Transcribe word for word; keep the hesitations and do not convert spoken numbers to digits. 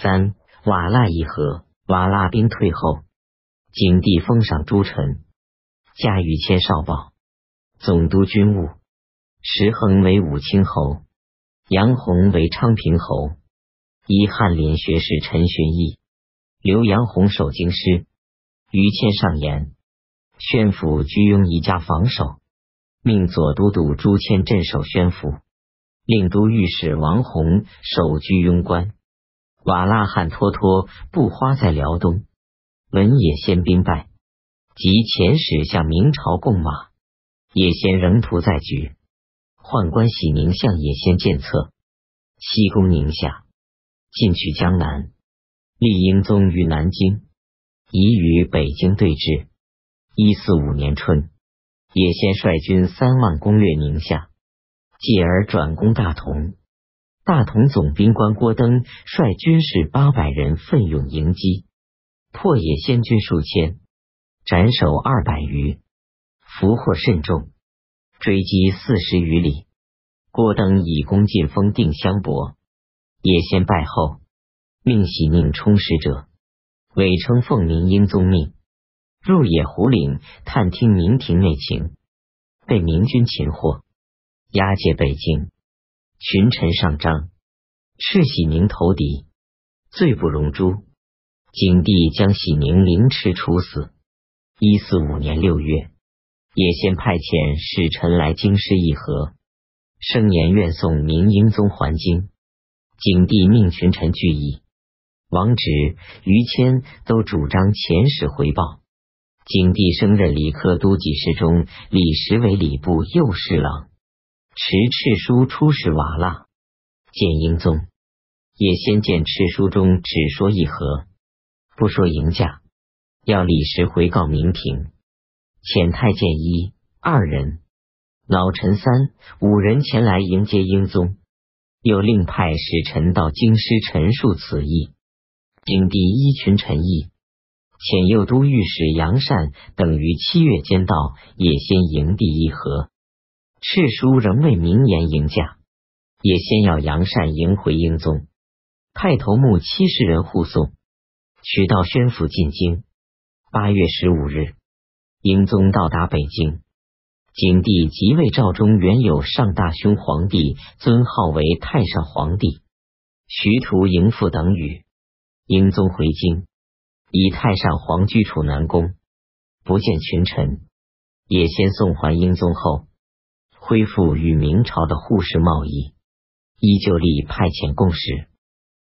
三、瓦剌议和。瓦剌兵退后，景帝封赏诸臣，加于千少保，总督军务。石衡为武清侯，杨弘为昌平侯。依翰林学士陈寻义，留杨弘守京师。于谦上言，宣府居庸一家防守，命左都督朱谦镇守宣府，令都御史王弘守居庸关。瓦剌汗脱脱不花在辽东，闻也先兵败，即遣使向明朝贡马。也先仍图在举，宦官喜宁向也先见策，西攻宁夏，进取江南，立英宗于南京，以与北京对峙。一四五年春，也先率军三万攻略宁夏，继而转攻大同。大同总兵官郭登率军士八百人奋勇迎击，破也先军数千，斩首二百余，俘获甚众，追击四十余里。郭登以攻进封定襄伯，也先败后，命喜宁充使者，伪称奉明英宗命，入野狐岭探听明廷内情，被明军擒获，押解北京。群臣上章，斥喜宁投敌，罪不容诛。景帝将喜宁凌迟处死。一四五年六月，也先派遣使臣来京师议和，声言愿送明英宗还京。景帝命群臣聚议，王直、于谦都主张遣使回报。景帝升任礼科都给事中，李实为礼部右侍郎，持敕书出使瓦剌，见英宗。也先见敕书中只说议和，不说迎驾，要李实回告明廷。遣太监一、二人，老臣三、五人前来迎接英宗，又另派使臣到京师陈述此意。景帝依群臣意，遣右都御史杨善等于七月间到也先营地议和。敕书仍未明言迎驾，也先要杨善迎回英宗，派头目七十人护送，取到宣府进京。八月十五日，英宗到达北京。景帝即位诏中原有上大兄皇帝尊号为太上皇帝，徐图迎父等语。英宗回京，以太上皇居处南宫，不见群臣。也先送还英宗后，恢复与明朝的互市贸易，依旧力派遣贡使。